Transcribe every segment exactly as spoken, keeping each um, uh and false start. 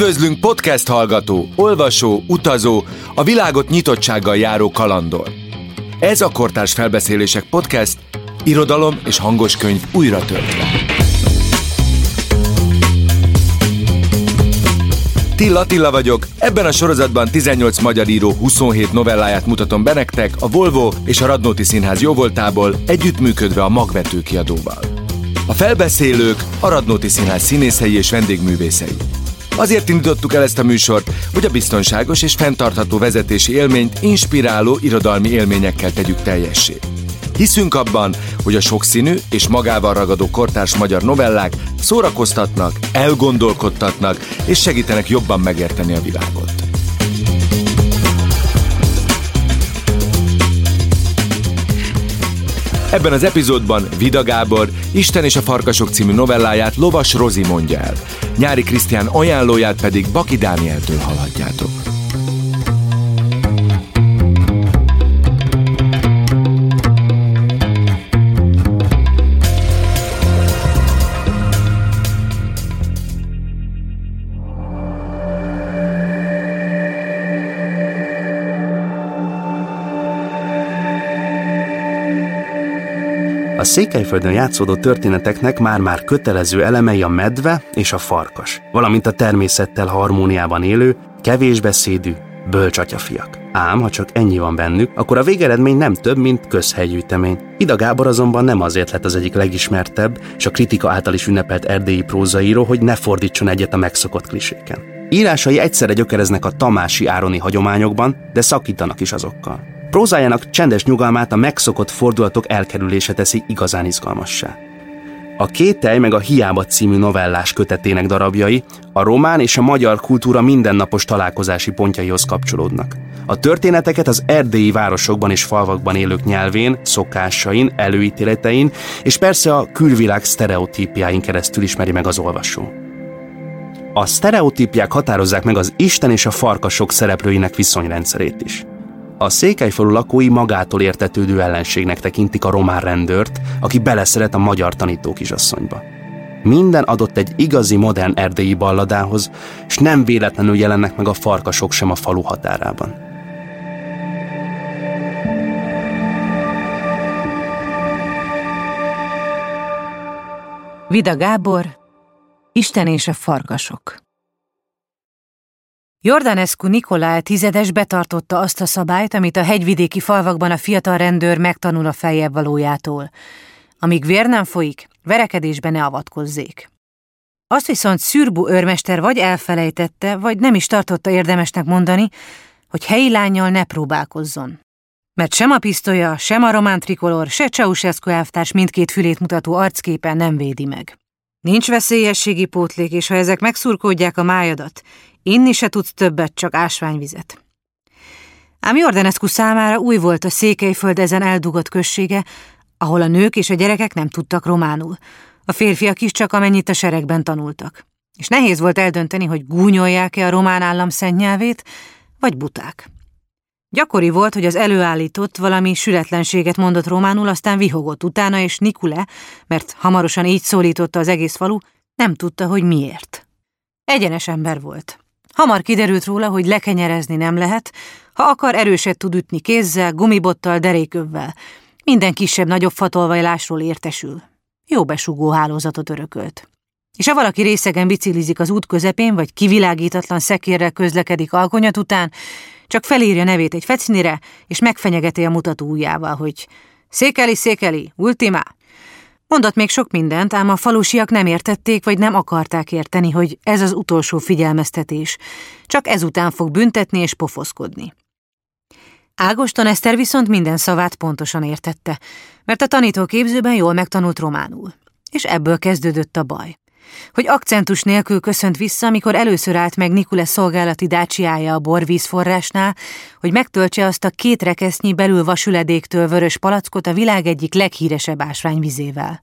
Üdvözlünk podcast hallgató, olvasó, utazó, a világot nyitottsággal járó kalandor. Ez a Kortárs Felbeszélések podcast, irodalom és hangos könyv újra töltve. Till Attila vagyok, ebben a sorozatban tizennyolc magyar író huszonhét novelláját mutatom be nektek a Volvo és a Radnóti Színház jóvoltából, együttműködve a Magvető kiadóval. A felbeszélők a Radnóti Színház színészei és vendégművészei. Azért indítottuk el ezt a műsort, hogy a biztonságos és fenntartható vezetési élményt inspiráló irodalmi élményekkel tegyük teljessé. Hiszünk abban, hogy a sokszínű és magával ragadó kortárs magyar novellák szórakoztatnak, elgondolkodtatnak és segítenek jobban megérteni a világot. Ebben az epizódban Vida Gábor Isten és a farkasok című novelláját Lovas Rozi mondja el, Nyári Krisztián ajánlóját pedig Baki Dánieltől hallhatjátok. A Székelyföldön játszódó történeteknek már-már kötelező elemei a medve és a farkas, valamint a természettel harmóniában élő, kevésbeszédű, bölcs atyafiak. Ám, ha csak ennyi van bennük, akkor a végeredmény nem több, mint közhelygyűjtemény. Vida Gábor azonban nem azért lett az egyik legismertebb, és a kritika által is ünnepelt erdélyi prózaíró, hogy ne fordítson egyet a megszokott kliséken. Írásai egyszerre gyökereznek a tamási ároni hagyományokban, de szakítanak is azokkal. Prózájának csendes nyugalmát a megszokott fordulatok elkerülése teszi igazán izgalmassá. A Kételj meg a Hiába című novellás kötetének darabjai a román és a magyar kultúra mindennapos találkozási pontjaihoz kapcsolódnak. A történeteket az erdélyi városokban és falvakban élők nyelvén, szokásain, előítéletein és persze a külvilág sztereotípiáin keresztül ismeri meg az olvasó. A sztereotípiák határozzák meg az Isten és a farkasok szereplőinek viszonyrendszerét is. A székelyfalu lakói magától értetődő ellenségnek tekintik a román rendőrt, aki beleszeret a magyar tanító kisasszonyba. Minden adott egy igazi modern erdélyi balladához, és nem véletlenül jelennek meg a farkasok sem a falu határában. Vida Gábor, Isten és a farkasok. Jordanescu Nicolae tizedes betartotta azt a szabályt, amit a hegyvidéki falvakban a fiatal rendőr megtanul a feljebb valójától. Amíg vér nem folyik, verekedésbe ne avatkozzék. Azt viszont Szürbu őrmester vagy elfelejtette, vagy nem is tartotta érdemesnek mondani, hogy helyi lánnyal ne próbálkozzon. Mert sem a pisztolya, sem a román trikolor, se Ceausescu elvtárs mindkét fülét mutató arcképen nem védi meg. Nincs veszélyességi pótlék, és ha ezek megszurkódják a májadat, inni se tudsz többet, csak ásványvizet. Ám Jordanescu számára új volt a Székelyföld ezen eldugott községe, ahol a nők és a gyerekek nem tudtak románul, a férfiak is csak amennyit a seregben tanultak. És nehéz volt eldönteni, hogy gúnyolják-e a román állam szent nyelvét, vagy buták. Gyakori volt, hogy az előállított valami sületlenséget mondott románul, aztán vihogott utána, és Nikule, mert hamarosan így szólította az egész falu, nem tudta, hogy miért. Egyenes ember volt. Hamar kiderült róla, hogy lekenyerezni nem lehet, ha akar, erőset tud ütni kézzel, gumibottal, derékövvel. Minden kisebb-nagyobb fatolvajlásról értesül. Jó besugó hálózatot örökölt. És ha valaki részegen biciklizik az út közepén, vagy kivilágítatlan szekérrel közlekedik alkonyat után, csak felírja nevét egy fecinire, és megfenyegeti a mutató ujjával, hogy székeli, székeli, ultimá. Mondott még sok mindent, ám a falusiak nem értették, vagy nem akarták érteni, hogy ez az utolsó figyelmeztetés. Csak ezután fog büntetni és pofoszkodni. Ágoston Eszter viszont minden szavát pontosan értette, mert a tanítóképzőben jól megtanult románul. És ebből kezdődött a baj. Hogy akcentus nélkül köszönt vissza, amikor először állt meg Nikule szolgálati dácsiája a borvízforrásnál, hogy megtöltse azt a két rekesznyi belül vasüledéktől vörös palackot a világ egyik leghíresebb ásványvizével.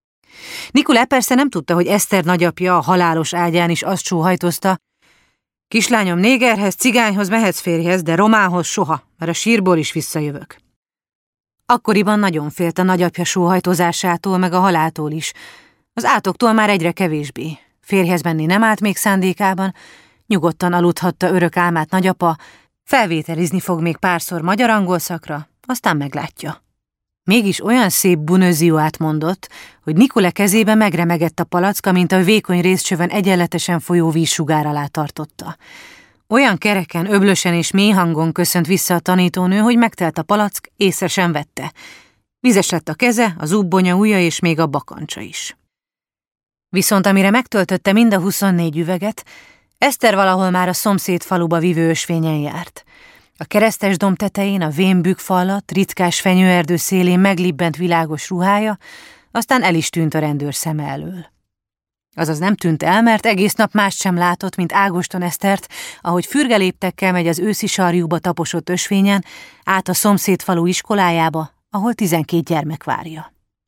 Nikule persze nem tudta, hogy Eszter nagyapja a halálos ágyán is azt sóhajtozta: kislányom, négerhez, cigányhoz mehetsz férjhez, de románhoz soha, mert a sírból is visszajövök. Akkoriban nagyon félt a nagyapja sóhajtozásától, meg a haláltól is. Az átoktól már egyre kevésbé. Férjhez menni nem állt még szándékában, Nyugodtan aludhatta örök álmát nagyapa, felvételizni fog még párszor magyar-angol szakra, aztán meglátja. Mégis olyan szép bunözióát mondott, hogy Nikole kezébe megremegett a palacka, mint a vékony részcsövön egyenletesen folyó vízsugár alá tartotta. Olyan kereken, öblösen és mély hangon köszönt vissza a tanítónő, hogy megtelt a palack, észre sem vette. Vizes lett a keze, a zubbonya, ujja és még a bakancsa is. Viszont amire megtöltötte mind a huszonnégy üveget, Eszter valahol már a szomszéd faluba vívő ösvényen járt. A keresztes domb tetején a vén bükfa alatt, ritkás fenyőerdő szélén meglibbent világos ruhája, aztán el is tűnt a rendőr szeme elől. Azaz nem tűnt el, mert egész nap mást sem látott, mint Ágoston Esztert, ahogy fürge léptekkel megy az őszi sarjúba taposott ösvényen, át a szomszéd falu iskolájába, ahol tizenkét gyermek várja.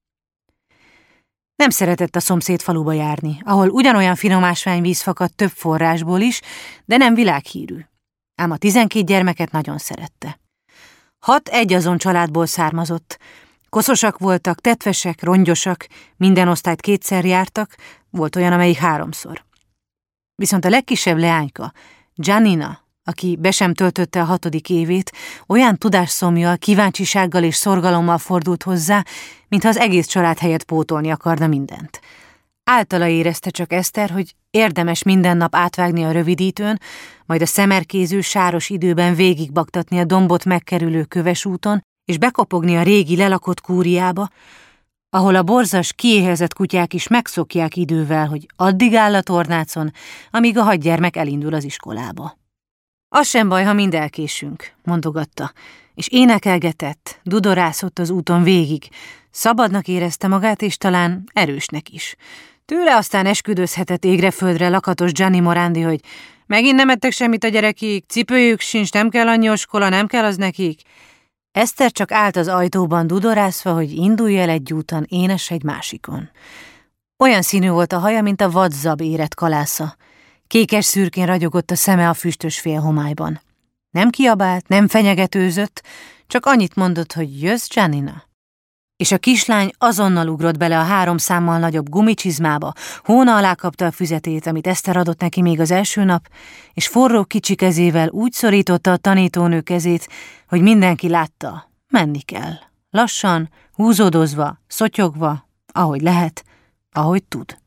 Nem szeretett a szomszéd faluba járni, ahol ugyanolyan finom ásványvíz fakadt több forrásból is, de nem világhírű. Ám a tizenkét gyermeket nagyon szerette. Hat egyazon családból származott. Koszosak voltak, tetvesek, rongyosak, minden osztályt kétszer jártak, volt olyan, amelyik háromszor. Viszont a legkisebb leányka, Giannina, aki be sem töltötte a hatodik évét, olyan tudásszomjal, kíváncsisággal és szorgalommal fordult hozzá, mintha az egész család helyett pótolni akarna mindent. Általa érezte csak Eszter, hogy érdemes minden nap átvágni a rövidítőn, majd a szemerkéző, sáros időben végigbaktatni a dombot megkerülő köves úton, és bekopogni a régi lelakott kúriába, ahol a borzas, kiéhezett kutyák is megszokják idővel, hogy addig áll a tornácon, amíg a hat gyermek elindul az iskolába. Az sem baj, ha mind elkésünk, mondogatta, és énekelgetett, dudorászott az úton végig. Szabadnak érezte magát, és talán erősnek is. Tőle aztán esküdözhetett égre-földre lakatos Gianni Morandi, hogy megint nem ettek semmit a gyerekik, cipőjük sincs, nem kell annyi oskola, nem kell az nekik. Eszter csak állt az ajtóban dudorászva, hogy indulj el egy úton, énes egy másikon. Olyan színű volt a haja, mint a vadzab érett kalásza. Kékes szürkén ragyogott a szeme a füstös félhomályban. Nem kiabált, nem fenyegetőzött, csak annyit mondott, hogy jössz, Giannina. És a kislány azonnal ugrott bele a három számmal nagyobb gumicsizmába, hóna alá kapta a füzetét, amit Eszter adott neki még az első nap, és forró kicsi kezével úgy szorította a tanítónő kezét, hogy mindenki látta, menni kell. Lassan, húzódozva, szotyogva, ahogy lehet, ahogy tud.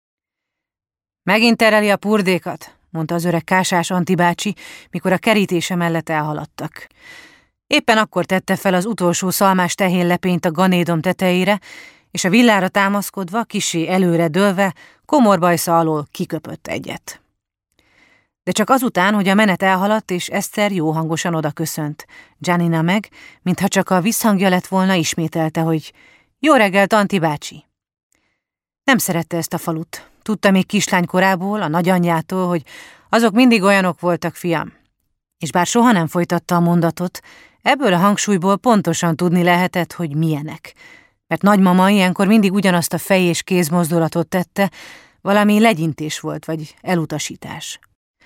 Megint tereli a purdékat, mondta az öreg kásás Anti bácsi, mikor a kerítése mellett elhaladtak. Éppen akkor tette fel az utolsó szalmás tehénlepényt a ganédom tetejére, és a villára támaszkodva, kissé előre dőlve, komorbajsza alól kiköpött egyet. De csak azután, hogy a menet elhaladt, és Eszter jó hangosan odaköszönt. Giannina meg, mintha csak a visszhangja lett volna, ismételte, hogy jó reggelt, Anti bácsi. Nem szerette ezt a falut. Tudta még kislánykorából, a nagyanyjától, hogy azok mindig olyanok voltak, fiam. És bár soha nem folytatta a mondatot, ebből a hangsúlyból pontosan tudni lehetett, hogy milyenek. Mert nagymama ilyenkor mindig ugyanazt a fej- és kézmozdulatot tette, valami legyintés volt, vagy elutasítás.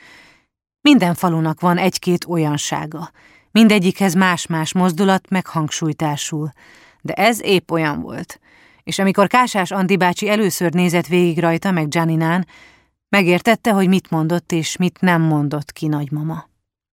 Minden falunak van egy-két olyansága. Mindegyikhez más-más mozdulat meg hangsúlytársul. De ez épp olyan volt. És amikor Kásás Anti bácsi először nézett végig rajta meg Gianninán, megértette, hogy mit mondott és mit nem mondott ki nagymama.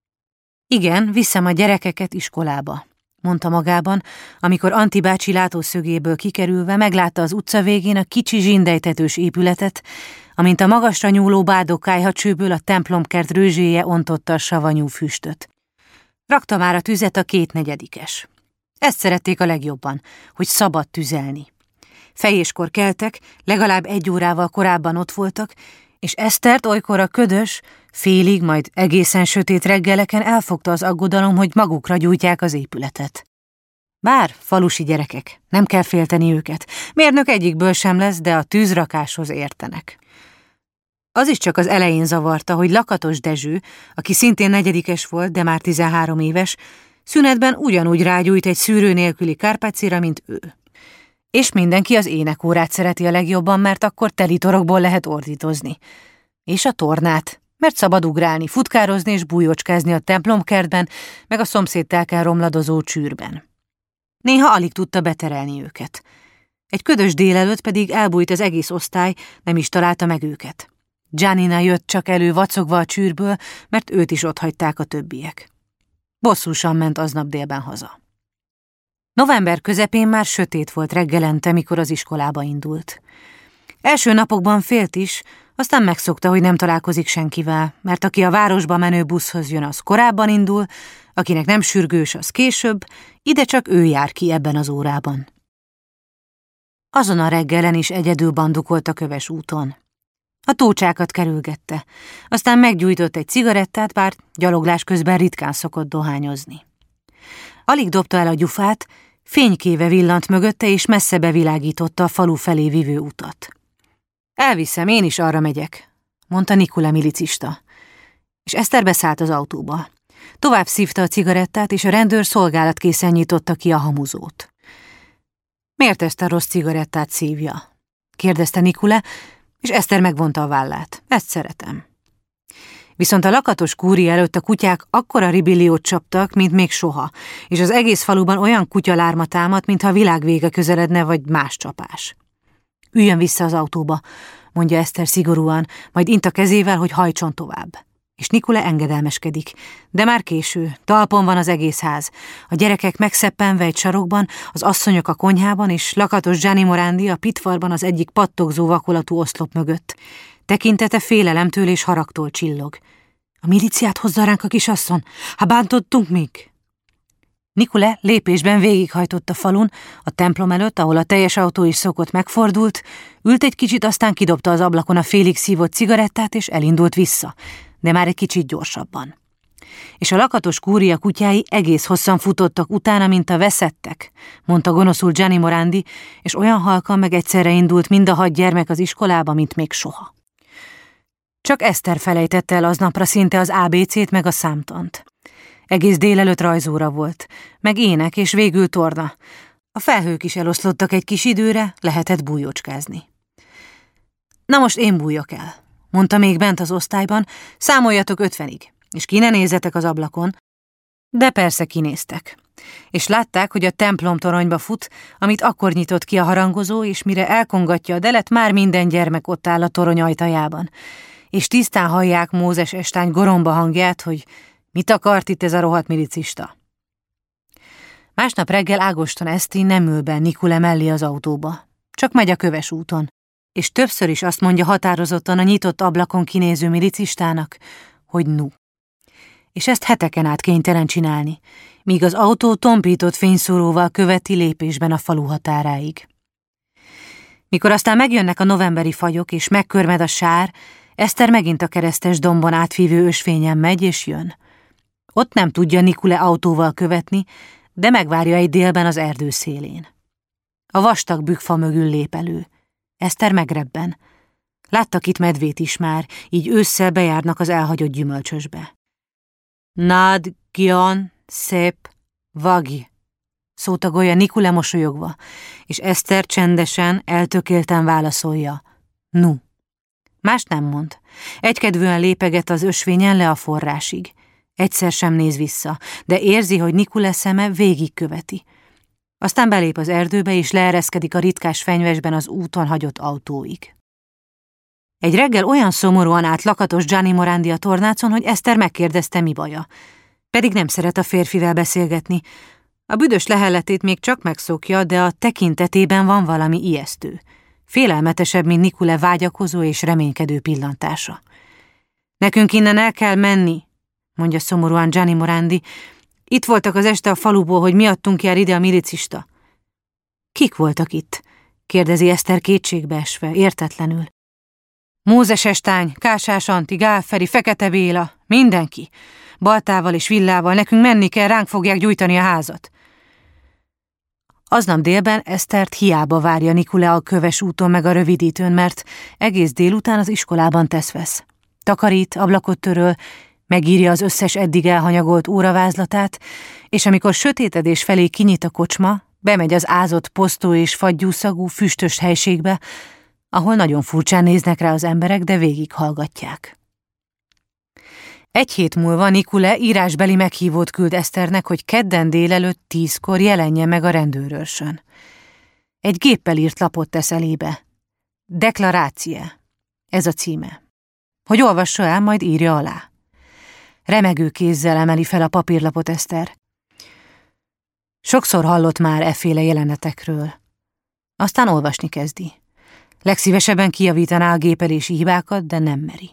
Igen, viszem a gyerekeket iskolába, mondta magában, amikor Anti bácsi látószögéből kikerülve meglátta az utca végén a kicsi zsindejtetős épületet, amint a magasra nyúló bádok kályhacsőből a templomkert rőzséje ontotta a savanyú füstöt. Rakta már a tüzet a kétnegyedikes. Ezt szerették a legjobban, hogy szabad tüzelni. Fejéskor keltek, legalább egy órával korábban ott voltak, és Esztert olykor a ködös, félig, majd egészen sötét reggeleken elfogta az aggodalom, hogy magukra gyújtják az épületet. Bár falusi gyerekek, nem kell félteni őket, mérnök egyikből sem lesz, de a tűzrakáshoz értenek. Az is csak az elején zavarta, hogy Lakatos Dezső, aki szintén negyedikes volt, de már tizenhárom éves, szünetben ugyanúgy rágyújt egy szűrő nélküli kárpácira, mint ő. És mindenki az énekórát szereti a legjobban, mert akkor telitorokból lehet ordítozni. És a tornát, mert szabad ugrálni, futkározni és bújócskázni a templomkertben, meg a szomszéd telken romladozó csűrben. Néha alig tudta beterelni őket. Egy ködös délelőtt pedig elbújt az egész osztály, nem is találta meg őket. Giannina jött csak elő vacogva a csűrből, mert őt is otthagyták a többiek. Bosszúsan ment aznap délben haza. November közepén már sötét volt reggelente, mikor az iskolába indult. Első napokban félt is, aztán megszokta, hogy nem találkozik senkivel, mert aki a városba menő buszhoz jön, az korábban indul, akinek nem sürgős, az később, ide csak ő jár ki ebben az órában. Azon a reggelen is egyedül bandukolt a köves úton. A tócsákat kerülgette, aztán meggyújtott egy cigarettát, bár gyaloglás közben ritkán szokott dohányozni. Alig dobta el a gyufát, fénykéve villant mögötte, és messze bevilágította a falu felé vivő utat. Elviszem, én is arra megyek, mondta Nikule milicista. És Eszter beszállt az autóba. Tovább szívta a cigarettát, és a rendőr szolgálatkészen nyitotta ki a hamuzót. Miért ezt a rossz cigarettát szívja? Kérdezte Nikule, és Eszter megvonta a vállát. Ezt szeretem. Viszont a lakatos kúri előtt a kutyák akkora ribilliót csaptak, mint még soha, és az egész faluban olyan kutyalárma támadt, mintha a világ vége közeledne, vagy más csapás. Üljön vissza az autóba, mondja Eszter szigorúan, majd int a kezével, hogy hajtson tovább. És Nikule engedelmeskedik. De már késő, talpon van az egész ház. A gyerekek megszeppenve egy sarokban, az asszonyok a konyhában, és lakatos Gianni Morandi a pitfarban az egyik pattogzó vakolatú oszlop mögött. Tekintete félelemtől és haragtól csillog. A milíciát hozza ránk a kisasszony? Ha bántottunk még? Nikule lépésben végighajtott a falun, a templom előtt, ahol a teljes autó is szokott, megfordult, ült egy kicsit, aztán kidobta az ablakon a félig szívott cigarettát, és elindult vissza, de már egy kicsit gyorsabban. És a lakatos kúria kutyái egész hosszan futottak utána, mint a veszettek, mondta gonoszul Gianni Morandi, és olyan halkan meg egyszerre indult mind a hat gyermek az iskolába, mint még soha. Csak Eszter felejtette el aznapra szinte az á bé cét meg a számtant. Egész délelőtt rajzóra volt, meg ének és végül torna. A felhők is eloszlottak egy kis időre, lehetett bújócskázni. Na most én bújjak el, mondta még bent az osztályban, számoljatok ötvenig, és ki ne nézzetek az ablakon. De persze kinéztek. És látták, hogy a templom toronyba fut, amit akkor nyitott ki a harangozó, és mire elkongatja a delet, már minden gyermek ott áll a torony ajtajában. És tisztán hallják Mózes estány goromba hangját, hogy mit akart itt ez a rohadt milicista? Másnap reggel Ágoston Eszti nem ül be Nikule mellé az autóba, csak megy a köves úton, és többször is azt mondja határozottan a nyitott ablakon kinéző milicistának, hogy nu. És ezt heteken át kénytelen csinálni, míg az autó tompított fényszóróval követi lépésben a falu határáig. Mikor aztán megjönnek a novemberi fagyok, és megkörmed a sár, Eszter megint a keresztes dombon átvívő ösvényen megy és jön. Ott nem tudja Nikule autóval követni, de megvárja egy délben az erdő szélén. A vastag bükkfa mögül lép elő. Eszter megrebben. Láttak itt medvét is már, így ősszel bejárnak az elhagyott gyümölcsösbe. Nád, Gian, szép, vagi, szótagolja Nikule mosolyogva, és Eszter csendesen, eltökélten válaszolja. Nu. Más nem mond. Egykedvűen lépeget az ösvényen le a forrásig. Egyszer sem néz vissza, de érzi, hogy Nikule szeme végigköveti. Aztán belép az erdőbe, és leereszkedik a ritkás fenyvesben az úton hagyott autóig. Egy reggel olyan szomorúan állt lakatos Gianni Morandi a tornácon, hogy Eszter megkérdezte, mi baja. Pedig nem szeret a férfivel beszélgetni. A büdös lehelletét még csak megszokja, de a tekintetében van valami ijesztő. Félelmetesebb, mint Nikule vágyakozó és reménykedő pillantása. Nekünk innen el kell menni, mondja szomorúan Gianni Morandi. Itt voltak az este a faluból, hogy miattunk jár ide a milicista. Kik voltak itt? Kérdezi Eszter kétségbe esve, értetlenül. Mózes estány, Kásás Anti, Gál Feri, Fekete Béla, mindenki. Baltával és Villával, nekünk menni kell, ránk fogják gyújtani a házat. Aznap délben Esztert hiába várja Nikule a köves úton meg a rövidítőn, mert egész délután az iskolában tesz-vesz. Takarít, ablakot töröl, megírja az összes eddig elhanyagolt óravázlatát, és amikor sötétedés felé kinyit a kocsma, bemegy az ázott posztó és fagyúszagú, füstös helységbe, ahol nagyon furcsán néznek rá az emberek, de végighallgatják. Egy hét múlva Nikule írásbeli meghívót küld Eszternek, hogy kedden délelőtt tízkor jelenjen meg a rendőrőrsön. Egy géppel írt lapot tesz elébe. Deklarácie. Ez a címe. hogy olvassa el, majd írja alá. Remegő kézzel emeli fel a papírlapot Eszter. Sokszor hallott már efféle jelenetekről. Aztán olvasni kezdi. Legszívesebben kijavítaná a gépelési hibákat, de nem meri.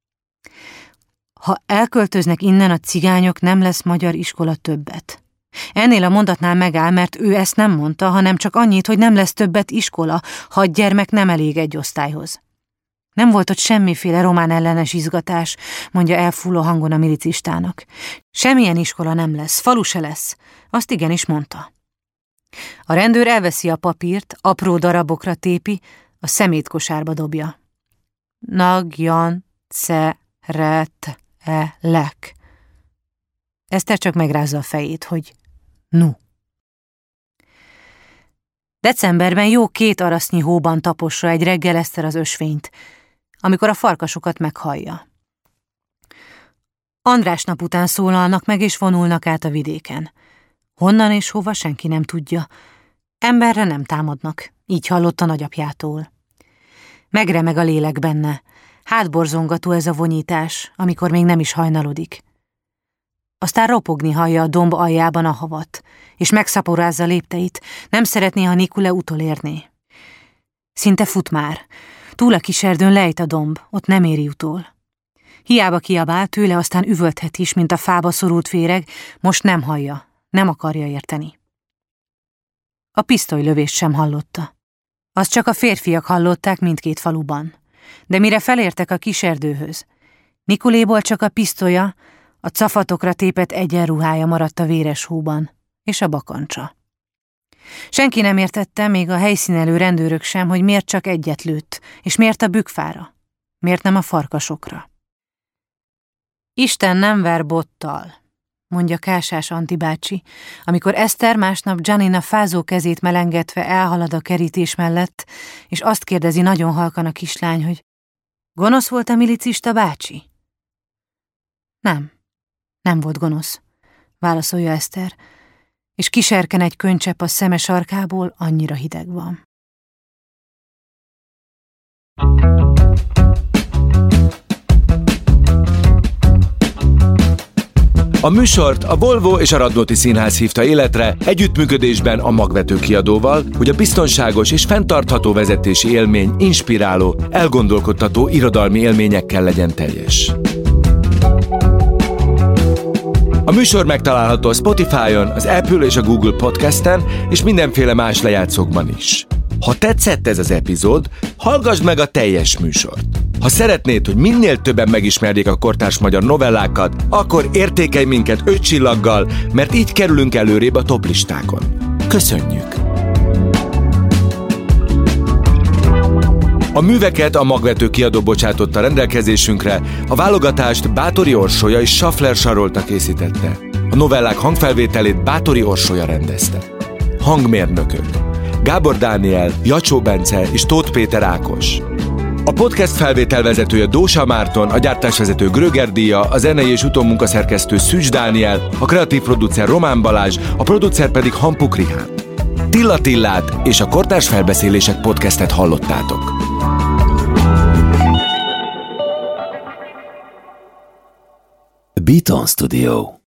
Ha elköltöznek innen a cigányok, nem lesz magyar iskola többet. Ennél a mondatnál megáll, mert ő ezt nem mondta, hanem csak annyit, hogy nem lesz többet iskola, hat gyermek nem elég egy osztályhoz. Nem volt ott semmiféle román ellenes izgatás, mondja elfulló hangon a milicistának. Semmilyen iskola nem lesz, falu se lesz. Azt igenis mondta. A rendőr elveszi a papírt, apró darabokra tépi, a szemétkosárba dobja. Nagyan szeretelek. Eszter csak megrázza a fejét, hogy nu. Decemberben jó két arasznyi hóban taposra egy reggel Eszter az ösvényt, amikor a farkasokat meghallja. András nap után szólalnak meg és vonulnak át a vidéken. Honnan és hova senki nem tudja. Emberre nem támadnak, így hallotta nagyapjától. Megremeg a lélek benne, hátborzongató ez a vonyítás, amikor még nem is hajnalodik. Aztán ropogni hallja a domb aljában a havat, és megszaporázza lépteit, nem szeretné, ha Nikule utolérné. Szinte fut már. Túl a kis erdőn lejt a domb, ott nem éri utol. Hiába kiabál, tőle aztán üvölthet is, mint a fába szorult féreg, most nem hallja, nem akarja érteni. A pisztolylövést sem hallotta. Azt csak a férfiak hallották mindkét faluban. De mire felértek a kis erdőhöz, Nikuléból csak a pisztolya, a cafatokra tépett egyenruhája maradt a véres hóban, és a bakancsa. Senki nem értette, még a helyszínelő rendőrök sem, hogy miért csak egyet lőtt, és miért a bükkfára, miért nem a farkasokra. Isten nem ver bottal, mondja Kásás Anti bácsi, amikor Eszter másnap Janina fázó kezét melengetve elhalad a kerítés mellett, és azt kérdezi nagyon halkan a kislány, hogy gonosz volt a milicista bácsi? Nem, nem volt gonosz, válaszolja Eszter, és kiserken egy könycsepp a szeme sarkából, annyira hideg van. A műsort a Volvo és a Radnóti Színház hívta életre együttműködésben a Magvető Kiadóval, hogy a biztonságos és fenntartható vezetési élmény inspiráló, elgondolkodtató irodalmi élményekkel legyen teljes. A műsor megtalálható a Spotify-on, az Apple és a Google Podcasten és mindenféle más lejátszókban is. Ha tetszett ez az epizód, hallgassd meg a teljes műsort. Ha szeretnéd, hogy minél többen megismerjék a kortárs magyar novellákat, akkor értékelj minket öt csillaggal, mert így kerülünk előrébb a toplistákon. Köszönjük! A műveket a Magvető Kiadó bocsátotta rendelkezésünkre, a válogatást Báthori Orsolya és Schaffler Sarolta készítette. A novellák hangfelvételét Báthori Orsolya rendezte. Hangmérnökök: Gábor Dániel, Jacsó Bence és Tóth Péter Ákos. A podcast felvételvezetője Dósa Márton, a gyártásvezető Gröger Díja, a zenei és utómunkaszerkesztő Szűcs Dániel, a kreatív producer Román Balázs, a producer pedig Hampuk Rihán. Tilla Tillát és a Kortárs Felbeszélések podcastet hallottátok. Beaton Studio.